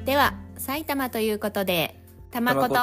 では埼玉ということでたまこと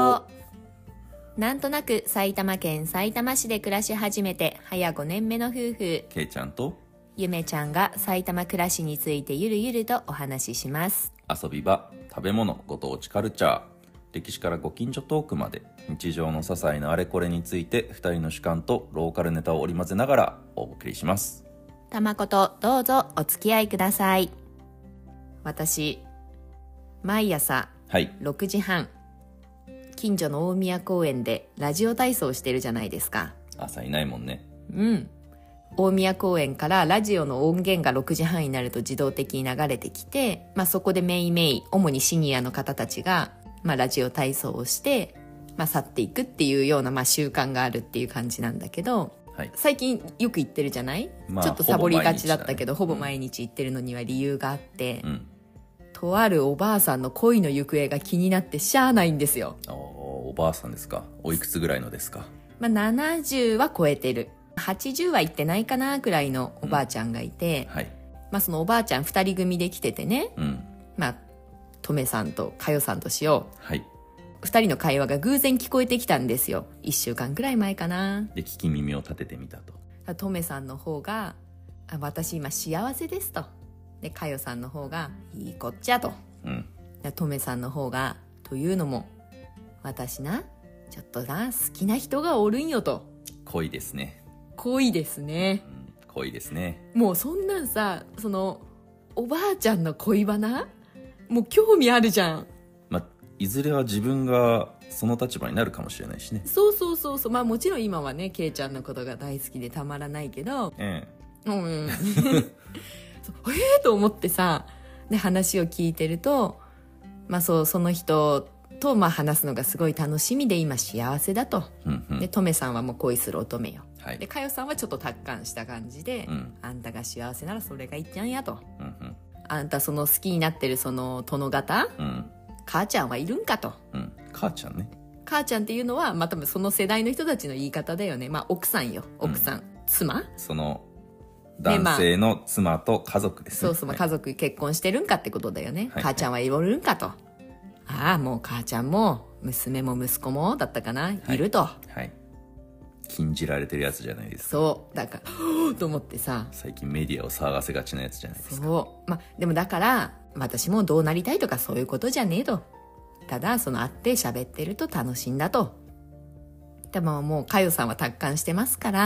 なんとなく埼玉県さいたま市で暮らし始めて早5年目の夫婦けいちゃんとゆめちゃんが埼玉暮らしについてゆるゆるとお話しします。 遊び場、食べ物、ご当地カルチャー、歴史からご近所トークまで日常の些細なあれこれについて2人の主観とローカルネタを織り交ぜながらお送りします。 たまことどうぞお付き合いください。私毎朝6時半、近所の大宮公園でラジオ体操してるじゃないですか。 朝いないもんね。 大宮公園からラジオの音源が6時半になると自動的に流れてきて、そこでめいめい主にシニアの方たちが、ラジオ体操をして、去っていくっていうような、習慣があるっていう感じなんだけど、最近よく行ってるじゃない、ちょっとサボりがちだったけどほぼ毎日行ってるのには理由があって、とあるおばあさんの恋の行方が気になってしゃあないんですよ。 おばあさんですか。おいくつぐらいのですか。 70は超えてる、80は行ってないかなくらいのおばあちゃんがいて、そのおばあちゃん2人組で来ててね、とめさんとかよさんとしよう、2人の会話が偶然聞こえてきたんですよ。1週間くらい前かな。 で聞き耳を立ててみたと。 とめさんの方が私今幸せですと。でかよさんの方がいいこっちゃと。とめさんの方がというのも私なちょっとな好きな人がおるんよと。 恋ですね。 恋ですね、 恋ですね。 もうそんなんさ、そのおばあちゃんの恋バナもう興味あるじゃん。 いずれは自分がその立場になるかもしれないしね。 そうもちろん今はねけいちゃんのことが大好きでたまらないけど、と思ってさ、で話を聞いてると、その人と話すのがすごい楽しみで今幸せだと、でとめさんはもう恋する乙女よ、でかよさんはちょっと達観した感じで、あんたが幸せならそれがいっちゃんやと、あんたその好きになってるその殿方、母ちゃんはいるんかと、 母ちゃんね。 母ちゃんっていうのは、多分その世代の人たちの言い方だよね。奥さんよ、奥さん、妻、 その男性の妻と家族ですね。 家族結婚してるんかってことだよね、母ちゃんはいるんかと。もう母ちゃんも娘も息子もだったかな、いると。 禁じられてるやつじゃないですか。 そうだからと思ってさ、 最近メディアを騒がせがちなやつじゃないですか。 でもだから私もどうなりたいとかそういうことじゃねえと。ただその会って喋ってると楽しいんだと。でももうかよさんは達観してますから、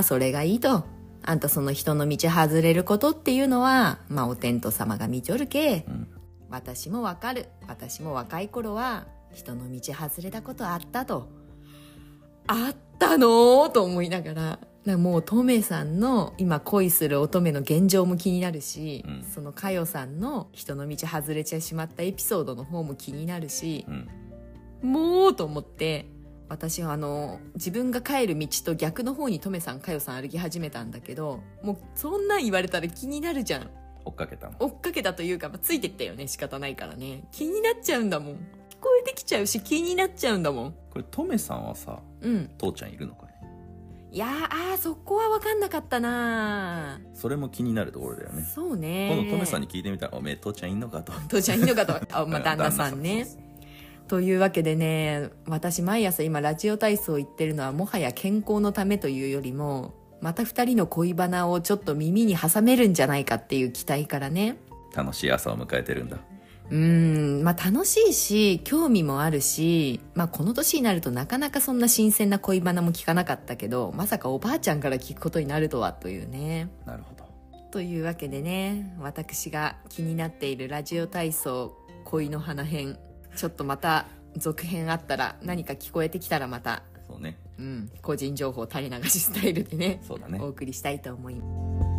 それがいいと。あんたその人の道外れることっていうのはお天道様が見ちょるけ、私もわかる。私も若い頃は人の道外れたことあったと。あったのと思いながら、もうトメさんの今恋する乙女の現状も気になるし、そのかよさんの人の道外れてしまったエピソードの方も気になるし、もうと思って、私は自分が帰る道と逆の方にトメさんかよさん歩き始めたんだけど、もうそんなん言われたら気になるじゃん。 追っかけたの。 追っかけたというか、ついてったよね。仕方ないからね。気になっちゃうんだもん。聞こえてきちゃうし気になっちゃうんだもん。 これトメさんはさ、父ちゃんいるのかね。 いやそこは分かんなかったな。 それも気になるところだよね。 そうね。 今度トメさんに聞いてみたら、おめえ父ちゃんいんのかと。 父ちゃんいんのかと旦那さんね。というわけでね、私毎朝今ラジオ体操行ってるのはもはや健康のためというよりも、また2人の恋バナをちょっと耳に挟めるんじゃないかっていう期待からね。 楽しい朝を迎えてるんだ。 楽しいし興味もあるし、この年になるとなかなかそんな新鮮な恋バナも聞かなかったけど、まさかおばあちゃんから聞くことになるとはというね。 なるほど。 というわけでね、私が気になっているラジオ体操恋の花編、ちょっとまた続編あったら、何か聞こえてきたらまた、 そうね、 個人情報垂れ流しスタイルでね、 そうだね、 お送りしたいと思います。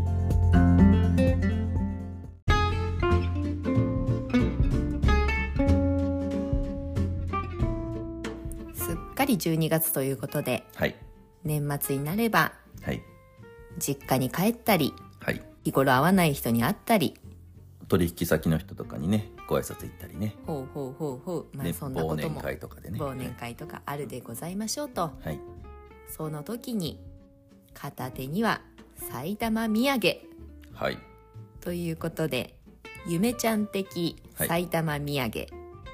すっかり12月ということで、年末になれば、実家に帰ったり、日頃会わない人に会ったり、 取引先の人とかにねご挨拶行ったりね、 そんなことも忘年会とかでね、 忘年会とかあるでございましょうと、その時に片手には埼玉土産、ということでゆめちゃん的埼玉土産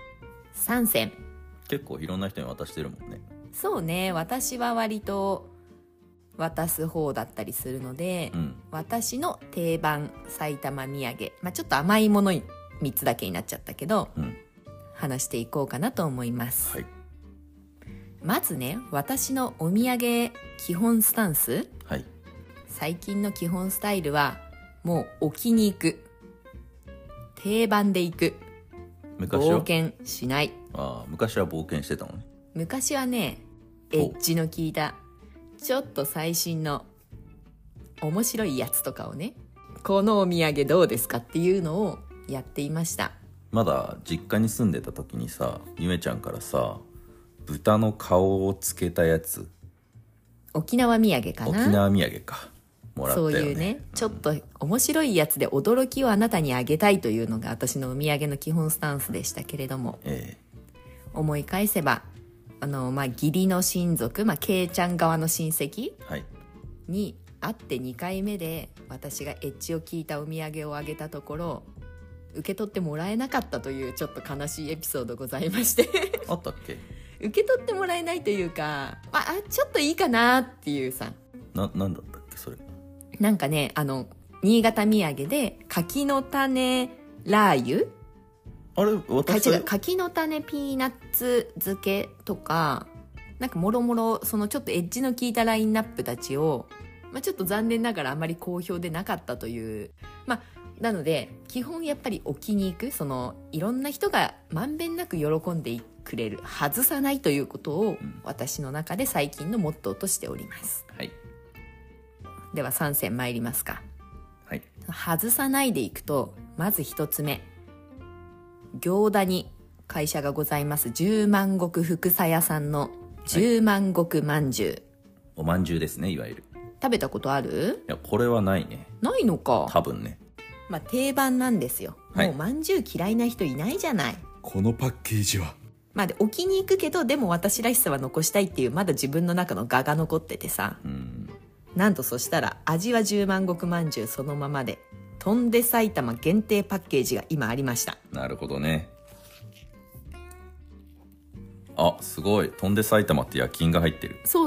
3選、 結構いろんな人に渡してるもんね。 そうね、私は割と渡す方だったりするので、私の定番埼玉土産、ちょっと甘いもの3つだけになっちゃったけど、話していこうかなと思います、まずね、私のお土産基本スタンス、最近の基本スタイルはもう置きに行く、定番で行く、冒険しない。 昔は冒険してたのね。 昔はね、エッジの効いたちょっと最新の面白いやつとかをね、このお土産どうですかっていうのをやっていました。 まだ実家に住んでた時にさ、ゆめちゃんからさ、豚の顔をつけたやつ、 沖縄土産かな、 沖縄土産か、もらったよね。 そういうね、ちょっと面白いやつで驚きをあなたにあげたいというのが私のお土産の基本スタンスでしたけれども、思い返せば義理の親族、ケイちゃん側の親戚に会って2回目で私がエッジを聞いたお土産をあげたところ、受け取ってもらえなかったというちょっと悲しいエピソードございましてあったっけ？ 受け取ってもらえないというか、ちょっといいかなっていうさ、 なんだったっけそれ。 なんかね、新潟土産で柿の種ラー油、 あれ私柿の種ピーナッツ漬けとか、なんかもろもろそのちょっとエッジの効いたラインナップたちを、ちょっと残念ながらあまり好評でなかったという、なので基本やっぱり置きに行く、そのいろんな人がまんべんなく喜んでくれる、外さないということを私の中で最近のモットーとしております、では3選参りますか。外さないでいくと、まず1つ目、行田に会社がございます十万石福佐屋さんの十万石まんじゅう、 おまんじゅうですね、いわゆる。 食べたことある？ いや、これはないね。 ないのか。 多分ね。 定番なんですよ、もうまんじゅう嫌いな人いないじゃない。 このパッケージはで置きに行くけど、でも私らしさは残したいっていう、まだ自分の中の我が残っててさ、なんとそしたら味は十万石まんじゅうそのままで、飛んで埼玉限定パッケージが今ありました。 なるほどね。すごい、飛んで埼玉って焼き印が入ってる。 そう、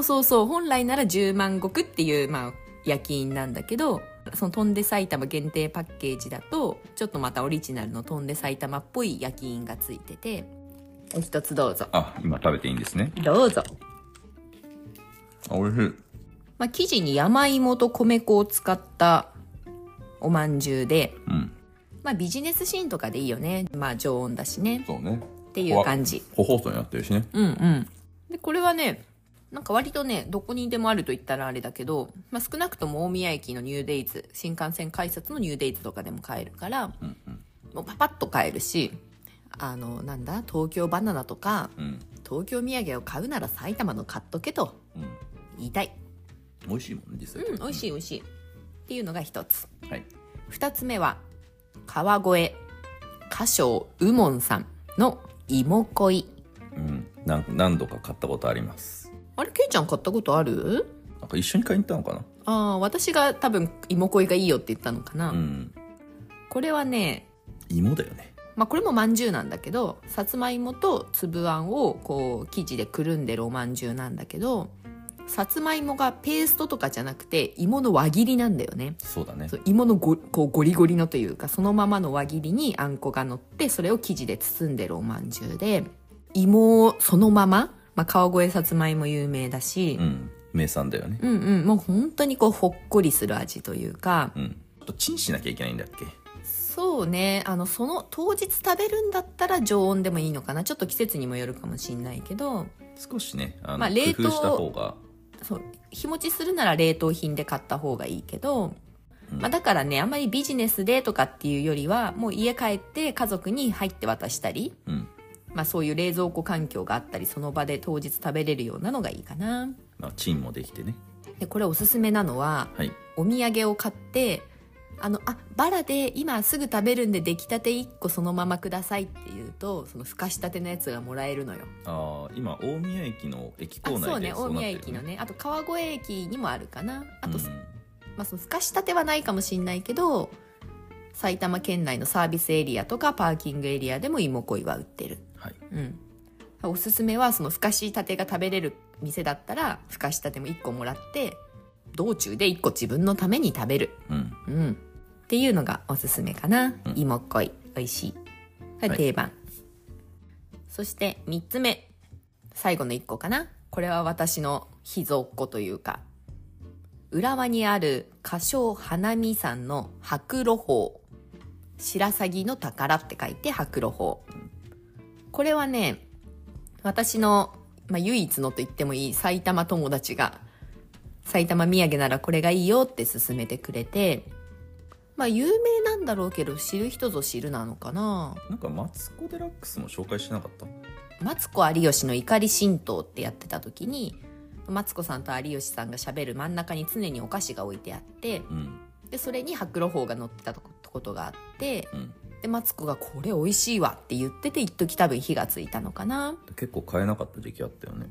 本来なら十万石っていう焼き印なんだけど、その飛んで埼玉限定パッケージだとちょっとまたオリジナルの飛んで埼玉っぽい焼き印がついてて、お一つどうぞ。 今食べていいんですね。 どうぞ。 おいしい。 生地に山芋と米粉を使ったおまんじゅうで、ビジネスシーンとかでいいよね。常温だしね。 そうね。 っていう感じ。 個包装になってるしね。 でこれはね、なんか割とね、どこにでもあると言ったらあれだけど、少なくとも大宮駅のニューデイズ、新幹線改札のニューデイズとかでも買えるから、もうパパッと買えるし、東京バナナとか、東京土産を買うなら埼玉の買っとけと言いたい。 美味しいもんね、実際。 美味しい美味しいっていうのが一つ。 はい。 二つ目は川越花椒うもんさんの芋恋。 何度か買ったことあります。 あれ、ケイちゃん買ったことある？ なんか一緒に買いに行ったのかな。 私が多分芋恋がいいよって言ったのかな。これはね、 芋だよね。 これもまんじゅうなんだけど、さつまいもと粒あんをこう生地でくるんでるおまんじゅうなんだけど、さつまいもがペーストとかじゃなくて芋の輪切りなんだよね。 そうだね。 芋のこうゴリゴリのというか、そのままの輪切りにあんこが乗って、それを生地で包んでるおまんじゅうで、芋そのまま、川越さつまいも有名だし、 名産だよね。 もう本当にこうほっこりする味というか、 ちょっとチンしなきゃいけないんだっけ。 そうね、その当日食べるんだったら常温でもいいのかな。ちょっと季節にもよるかもしれないけど、 少しね、 冷凍工夫した方が、 日持ちするなら冷凍品で買った方がいいけど、だからね、あんまりビジネスでとかっていうよりは、もう家帰って家族に入って渡したり、そういう冷蔵庫環境があったり、その場で当日食べれるようなのがいいかな。 チンもできてね。 でこれおすすめなのは、お土産を買ってバラで今すぐ食べるんで出来たて1個そのままくださいって言うと、そのふかしたてのやつがもらえるのよ。 今大宮駅の駅構内でそうね、大宮駅のね、あと川越駅にもあるかな。あと、そのふかしたてはないかもしんないけど、 埼玉県内のサービスエリアとかパーキングエリアでも芋恋は売ってる。 はい。 おすすめはそのふかしたてが食べれる店だったらふかしたても1個もらって道中で1個自分のために食べる、っていうのがおすすめかな。芋恋美味しい。これ定番、そして3つ目、最後の1個かな。これは私の秘蔵っ子というか、浦和にある花椒花見山の白露宝、白鷺の宝って書いて白露宝。これはね、私の、唯一のと言ってもいい埼玉友達が埼玉土産ならこれがいいよって勧めてくれて、有名なんだろうけど知る人ぞ知るなのかな。 なんかマツコ・デラックスも紹介してなかった？ マツコ有吉の怒り神道ってやってた時に、マツコさんと有吉さんがしゃべる真ん中に常にお菓子が置いてあって、でそれに白露宝が載ってたことがあって、でマツコがこれ美味しいわって言ってて、一時多分火がついたのかな。 結構買えなかった時期あったよね。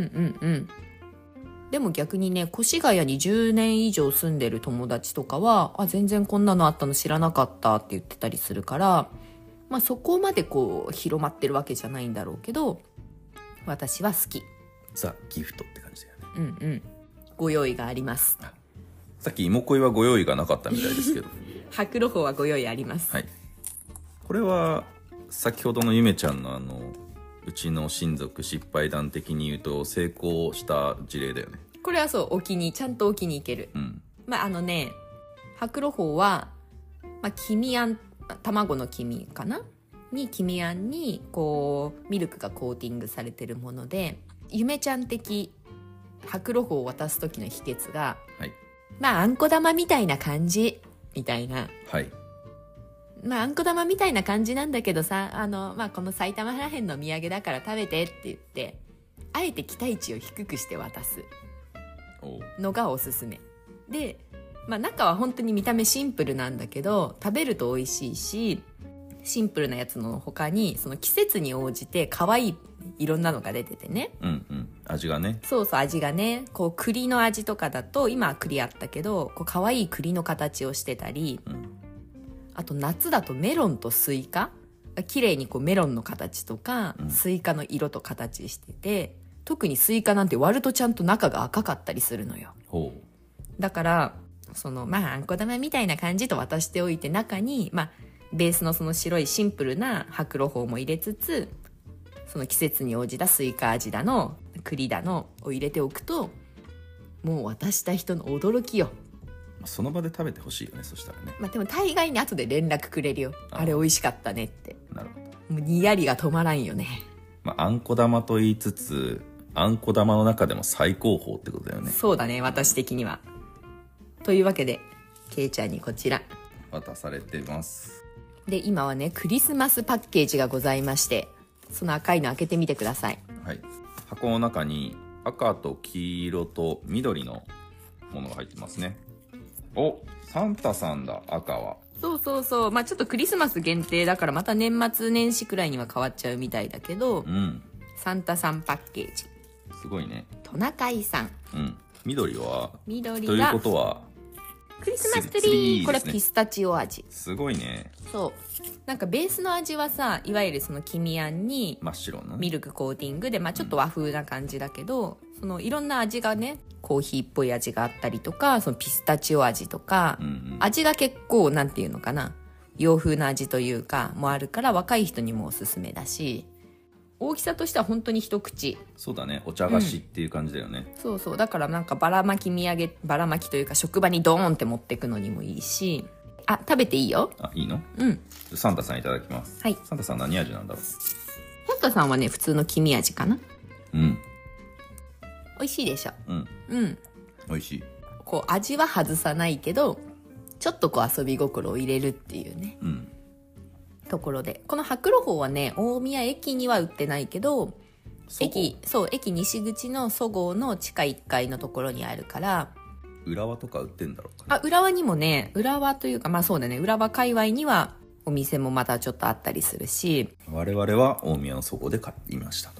でも逆にね、越谷に10年以上住んでる友達とかは、全然こんなのあったの知らなかったって言ってたりするから、そこまでこう広まってるわけじゃないんだろうけど、私は好き。 ザ・ギフトって感じだよね。 ご用意があります。 さっき芋恋はご用意がなかったみたいですけど白露宝はご用意あります。 はい。これは先ほどのゆめちゃんのうちの親族失敗談的に言うと成功した事例だよね。 これはそう、ちゃんと置きに行ける。白露宝は、黄身あん、卵の黄身かなに黄身あんにこうミルクがコーティングされてるもので、ゆめちゃん的白露宝を渡す時の秘訣が、あんこ玉みたいな感じみたいな。あんこ玉みたいな感じなんだけどさ、この埼玉らへんの土産だから食べてって言って、あえて期待値を低くして渡すのがおすすめで、中は本当に見た目シンプルなんだけど食べると美味しいし、シンプルなやつの他にその季節に応じて可愛いいろんなのが出ててね、 味がね、 そう味がね、こう栗の味とかだと、今は栗あったけどこう可愛い栗の形をしてたり、あと夏だとメロンとスイカが綺麗にこうメロンの形とか、スイカの色と形してて、特にスイカなんて割るとちゃんと中が赤かったりするのよ。だからそのあんこ玉みたいな感じと渡しておいて、中にベースのその白いシンプルな白露宝も入れつつ、その季節に応じたスイカ味だの栗だのを入れておくと、もう渡した人の驚きよ。 その場で食べてほしいよね、そしたらね。 でも大概に後で連絡くれるよ。あれ美味しかったねって。 なるほど。 もうにやりが止まらんよね。 あんこ玉と言いつつ、あんこ玉の中でも最高峰ってことだよね。 そうだね、私的には。というわけでけいちゃんにこちら渡されてます。 で、今はねクリスマスパッケージがございまして、その赤いの開けてみてください。 箱の中に赤と黄色と緑のものが入ってますね。サンタさんだ、赤は。そうちょっとクリスマス限定だからまた年末年始くらいには変わっちゃうみたいだけど、サンタさんパッケージすごいね。 トナカイさん。 緑がということはクリスマスツリー、これはピスタチオ味。 すごいね。 なんかベースの味はさ、いわゆるその黄身あんに真っ白のミルクコーティングで、ちょっと和風な感じだけど、そのいろんな味がね、コーヒーっぽい味があったりとか、そのピスタチオ味とか、味が結構なんていうのかな、洋風な味というかもあるから、若い人にもおすすめだし、大きさとしては本当に一口。 そうだね、お茶菓子っていう感じだよね。 だからなんかばらまきというか職場にドーンって持ってくのにもいいし。食べていいよ。 いいの？サンタさんいただきます。サンタさん何味なんだろう。 サンタさんはね、普通の黄身味かな。美味しいでしょ。 美味しい。 こう味は外さないけど、ちょっとこう遊び心を入れるっていうね、ところで、この白露宝はね、大宮駅には売ってないけど、駅西口のそごうの地下1階のところにあるから。 浦和とか売ってんだろうかね。 浦和にもね、浦和というかそうだね、浦和界隈にはお店もまたちょっとあったりするし、 我々は大宮のそごうで買いました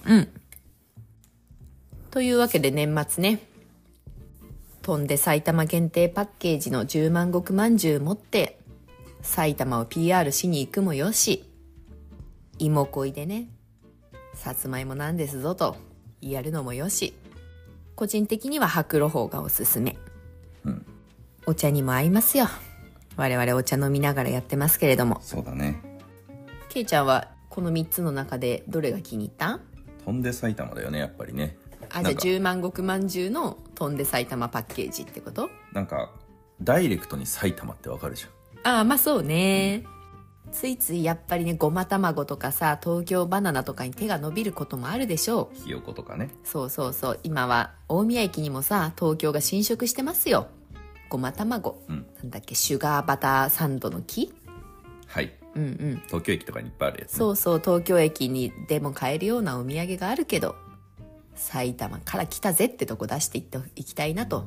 というわけで年末ね、飛んで埼玉限定パッケージの10万石まんじゅう持って埼玉を PR しに行くもよし、芋恋でね、さつまいもなんですぞとやるのもよし、個人的には白露法がおすすめ。お茶にも合いますよ。我々お茶飲みながらやってますけれども。 そうだね。 けいちゃんはこの3つの中でどれが気に入った？ 飛んで埼玉だよね、やっぱりね。 じゃあ10万石まんじゅうの飛んで埼玉パッケージってこと？ なんかダイレクトに埼玉ってわかるじゃん。 まあそうね、ついついやっぱりね、ごま卵とかさ、東京バナナとかに手が伸びることもあるでしょう。 ひよことかね。 そうそうそう、今は大宮駅にもさ、東京が侵食してますよ。ごま卵、なんだっけ、シュガーバターサンドの木。 はい、東京駅とかにいっぱいあるやつ、ね、 そうそう、東京駅にでも買えるようなお土産があるけど、埼玉から来たぜってとこ出していきたいなと。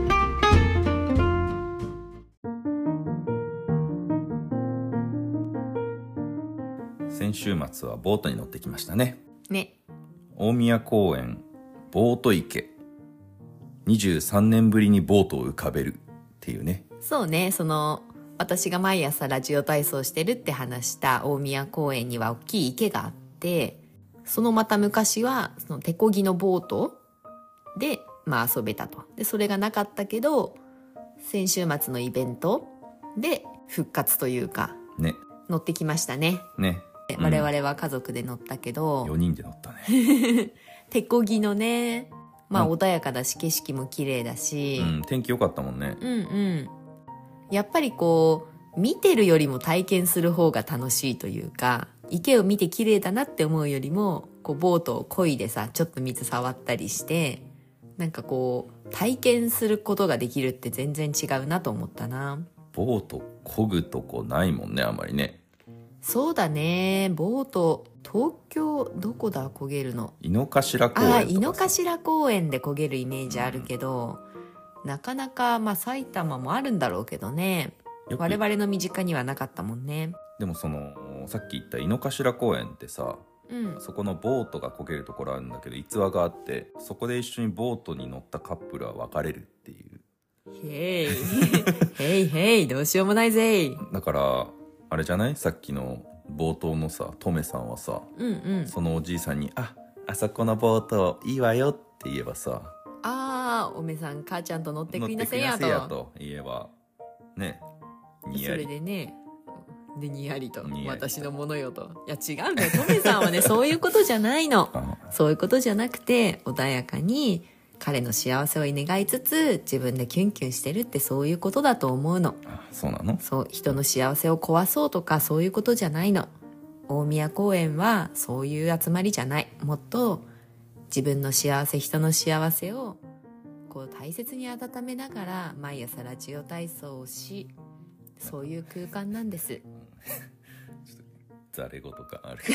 先週末はボートに乗ってきましたね。 ね。 大宮公園ボート池、23年ぶりにボートを浮かべるっていうね。 そうね、私が毎朝ラジオ体操してるって話した大宮公園には大きい池があって、また昔は手漕ぎのボートで、遊べたと。でそれがなかったけど、先週末のイベントで復活というか、 ね、 乗ってきましたね。 ね、 我々は家族で乗ったけど、 4人で乗ったね。 手漕ぎのね、穏やかだし景色も綺麗だし、 天気良かったもんね。 やっぱり見てるよりも体験する方が楽しいというか、池を見て綺麗だなって思うよりも、ボートを漕いでさ、ちょっと水触ったりして、なんか体験することができるって全然違うなと思ったな。 ボート漕ぐとこないもんね、あんまりね。 そうだね、ボート東京どこだ、漕げるの。 井の頭公園とか。 井の頭公園で漕げるイメージあるけど、なかなか埼玉もあるんだろうけどね、我々の身近にはなかったもんね。 でもさっき言った井の頭公園ってさ、そこのボートが漕げるところあるんだけど、逸話があって、そこで一緒にボートに乗ったカップルは別れるっていう。 へいへいへい、どうしようもないぜ。 だからあれじゃない、さっきの冒頭のさ、トメさんはさ、そのおじいさんにあそこのボートいいわよって言えばさ、 おめさん母ちゃんと乗ってくりなせやと言えばね、にやり。 それでね、にやりと私のものよと。いや違うんだよ、トメさんはねそういうことじゃないの。そういうことじゃなくて、穏やかに彼の幸せを願いつつ自分でキュンキュンしてるって、そういうことだと思うの。 そうなの？ そう、人の幸せを壊そうとかそういうことじゃないの。大宮公園はそういう集まりじゃない。もっと自分の幸せ、人の幸せを大切に温めながら毎朝ラジオ体操をし、そういう空間なんです。 ざれ言がある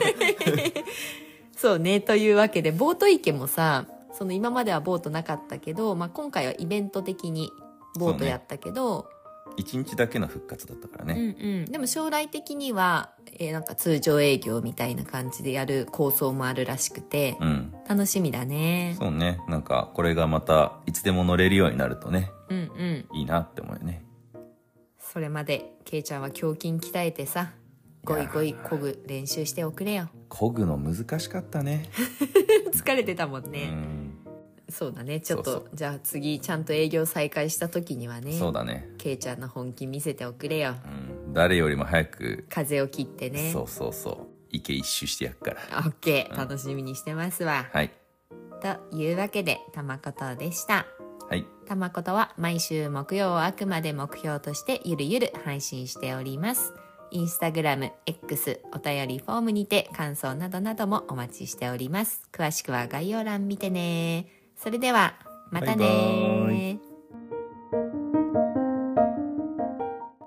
そうね、というわけでボート池もさ、今まではボートなかったけど、今回はイベント的にボートやったけど、 1日だけの復活だったからね。 でも将来的には、なんか通常営業みたいな感じでやる構想もあるらしくて、楽しみだね。 そうね、なんかこれがまたいつでも乗れるようになるとね、いいなって思うよね。 それまでケイちゃんは胸筋鍛えてさ、ゴイゴイ漕ぐ練習しておくれよ。 漕ぐの難しかったね疲れてたもんね。そうだね、ちょっとそうじゃあ次ちゃんと営業再開した時にはね、 そうだね、 ケイちゃんの本気見せておくれよ。 誰よりも早く風を切ってね。 そう池一周してやっから。 オッケー、楽しみにしてますわ。 はい、 というわけでたまことでした。 はい、 たまことは毎週木曜をあくまで目標としてゆるゆる配信しております。インスタグラム、X、お便りフォームにて感想などなどもお待ちしております。詳しくは概要欄見てね。それではまたね。 バイバイ。